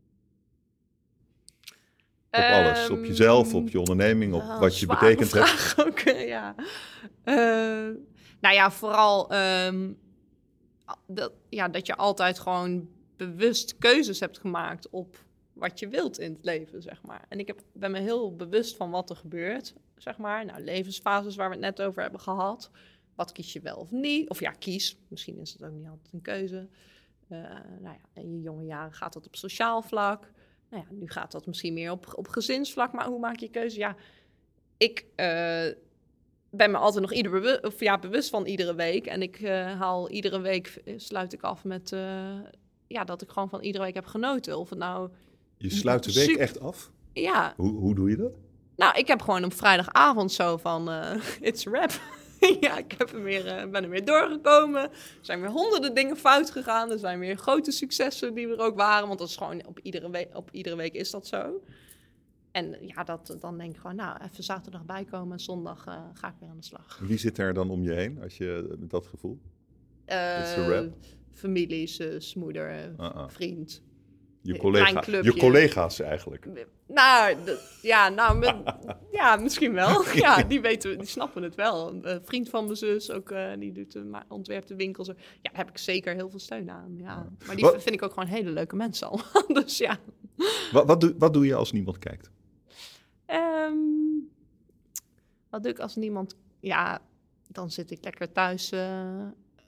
Op um, alles, op jezelf, op je onderneming, op uh, wat je betekend hebt. Ook, ja. Uh, nou ja, vooral um, dat, ja, dat je altijd gewoon bewust keuzes hebt gemaakt op wat je wilt in het leven, zeg maar. En ik heb, ben me heel bewust van wat er gebeurt, zeg maar. Nou, levensfases waar we het net over hebben gehad. Wat kies je wel of niet? Of ja, kies. Misschien is het ook niet altijd een keuze. Uh, nou ja, in je jonge jaren gaat dat op sociaal vlak. Nou ja, nu gaat dat misschien meer op, op gezinsvlak. Maar hoe maak je keuze? Ja, ik uh, ben me altijd nog ieder bewu- of, ja, bewust van iedere week. En ik uh, haal iedere week, sluit ik af met... Uh, ja, dat ik gewoon van iedere week heb genoten. Of het nou... Je sluit de week super... echt af? Ja. Hoe, hoe doe je dat? Nou, ik heb gewoon op vrijdagavond zo van... Uh, it's a wrap. Ja, ik heb er weer, uh, ben er weer doorgekomen. Er zijn weer honderden dingen fout gegaan. Er zijn weer grote successen die er ook waren. Want dat is gewoon op iedere week, op iedere week is dat zo. En ja, dat, dan denk ik gewoon, nou, even zaterdag bijkomen. En zondag uh, ga ik weer aan de slag. Wie zit er dan om je heen, als je met dat gevoel? Uh, familie, zus, moeder, uh-uh. vriend. Je, collega, je collega's eigenlijk. Nou, de, ja, nou, met, ja, misschien wel. Ja, die weten, die snappen het wel. Een vriend van mijn zus, ook, uh, die doet de, ontwerpt de winkels. Ja, daar heb ik zeker heel veel steun aan. Ja. Maar die wat? vind ik ook gewoon hele leuke mensen allemaal. Dus ja. Wat, wat, doe, wat doe je als niemand kijkt? Um, wat doe ik als niemand... Ja, dan zit ik lekker thuis... Uh,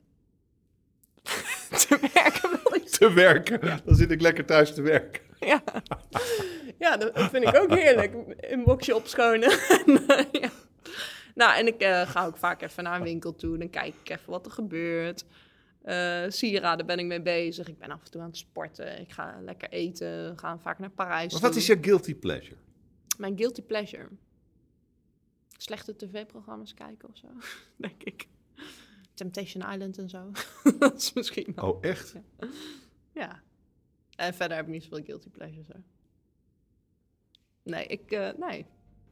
te werken wil ik Te werken? Dan zit ik lekker thuis te werken. Ja, ja dat vind ik ook heerlijk. Een boxje opschonen. Ja. Nou, en ik uh, ga ook vaak even naar een winkel toe. Dan kijk ik even wat er gebeurt. Uh, sieraden ben ik mee bezig. Ik ben af en toe aan het sporten. Ik ga lekker eten. We gaan vaak naar Parijs. Maar wat is je guilty pleasure? Mijn guilty pleasure? Slechte tv-programma's kijken of zo, denk ik. Temptation Island en zo. Dat is misschien wel. Oh, echt? Ja. Ja. En verder heb ik niet zoveel guilty pleasures. Hè. Nee, ik... Uh, nee.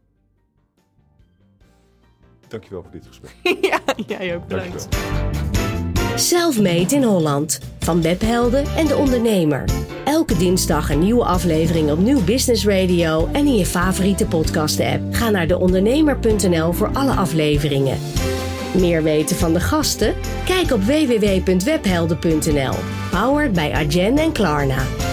Dankjewel voor dit gesprek. Ja, jij ook. Bedankt. Selfmade in Holland. Van webhelden en de ondernemer. Elke dinsdag een nieuwe aflevering op Nieuw Business Radio en in je favoriete podcast-app. Ga naar de ondernemer punt n l voor alle afleveringen. Meer weten van de gasten? Kijk op w w w punt webhelden punt n l. Powered bij Adyen en Klarna.